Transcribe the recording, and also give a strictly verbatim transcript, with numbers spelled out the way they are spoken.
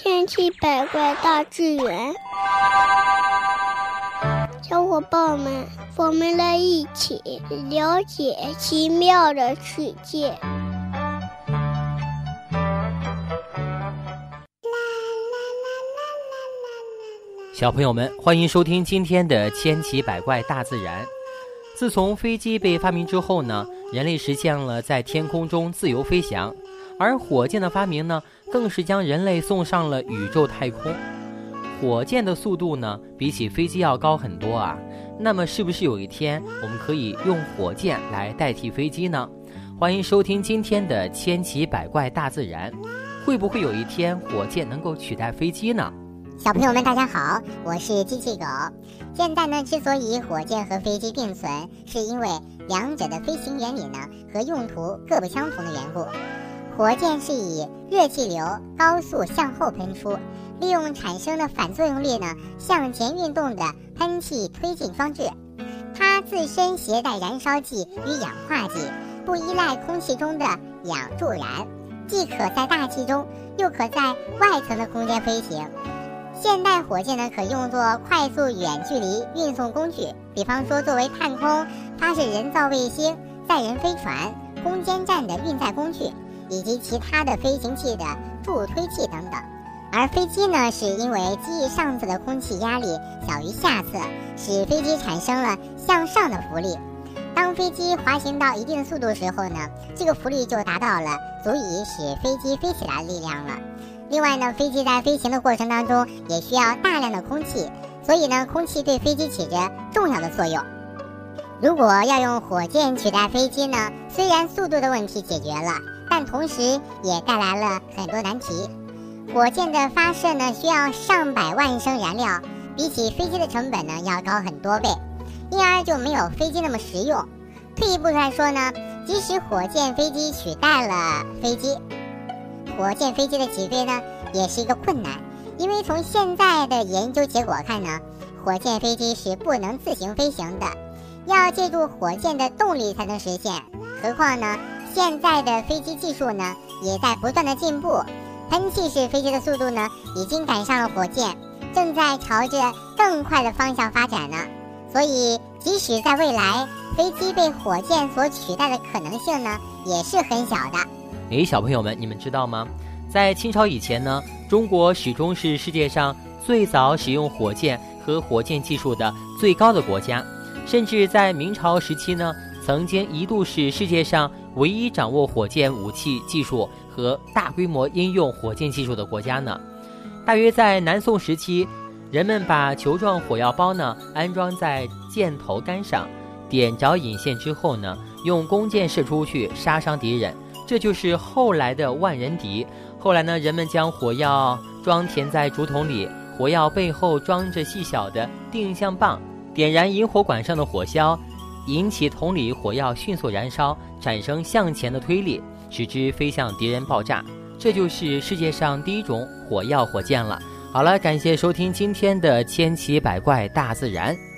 千奇百怪大自然，小伙伴们，我们来一起了解奇妙的世界。 小朋友们，欢迎收听今天的千奇百怪大自然。自从飞机被发明之后呢，人类实现了在天空中自由飞翔，而火箭的发明呢，更是将人类送上了宇宙太空。火箭的速度呢，比起飞机要高很多啊。那么是不是有一天我们可以用火箭来代替飞机呢？欢迎收听今天的千奇百怪大自然。会不会有一天火箭能够取代飞机呢？ 小朋友们大家好，我是机器狗。现在呢，之所以火箭和飞机并存，是因为两者的飞行原理呢和用途各不相同的缘故。火箭是以热气流高速向后喷出，利用产生的反作用力呢向前运动的喷气推进装置。它自身携带燃烧剂与氧化剂，不依赖空气中的氧助燃，既可在大气中，又可在外层的空间飞行。现代火箭呢，可用作快速远距离运送工具，比方说作为探空、发射人造卫星、载人飞船、攻坚战的运载工具，以及其他的飞行器的助推器等等。而飞机呢，是因为机翼上侧的空气压力小于下侧，使飞机产生了向上的浮力。当飞机滑行到一定速度时候呢，这个浮力就达到了足以使飞机飞起来的力量了。另外呢，飞机在飞行的过程当中也需要大量的空气，所以呢，空气对飞机起着重要的作用。如果要用火箭取代飞机呢，虽然速度的问题解决了，但同时也带来了很多难题。火箭的发射呢，需要上百万升燃料，比起飞机的成本呢要高很多倍，因而就没有飞机那么实用。退一步来说呢，即使火箭飞机取代了飞机，火箭飞机的起飞呢也是一个困难，因为从现在的研究结果看呢，火箭飞机是不能自行飞行的，要借助火箭的动力才能实现。何况呢，现在的飞机技术呢也在不断的进步，喷气式飞机的速度呢已经赶上了火箭，正在朝着更快的方向发展呢。所以即使在未来，飞机被火箭所取代的可能性呢也是很小的。 诶，小朋友们，你们知道吗？在清朝以前呢，中国始终是世界上最早使用火箭和火箭技术的最高的国家，甚至在明朝时期呢，曾经一度是世界上唯一掌握火箭武器技术和大规模应用火箭技术的国家呢。大约在南宋时期，人们把球状火药包呢安装在箭头杆上，点着引线之后呢，用弓箭射出去，杀伤敌人。这就是后来的万人敌。后来呢，人们将火药装填在竹筒里，火药背后装着细小的定向棒，点燃引火管上的火橇，引起桶里火药迅速燃烧，产生向前的推力，使之飞向敌人爆炸。这就是世界上第一种火药火箭了。好了，感谢收听今天的千奇百怪大自然。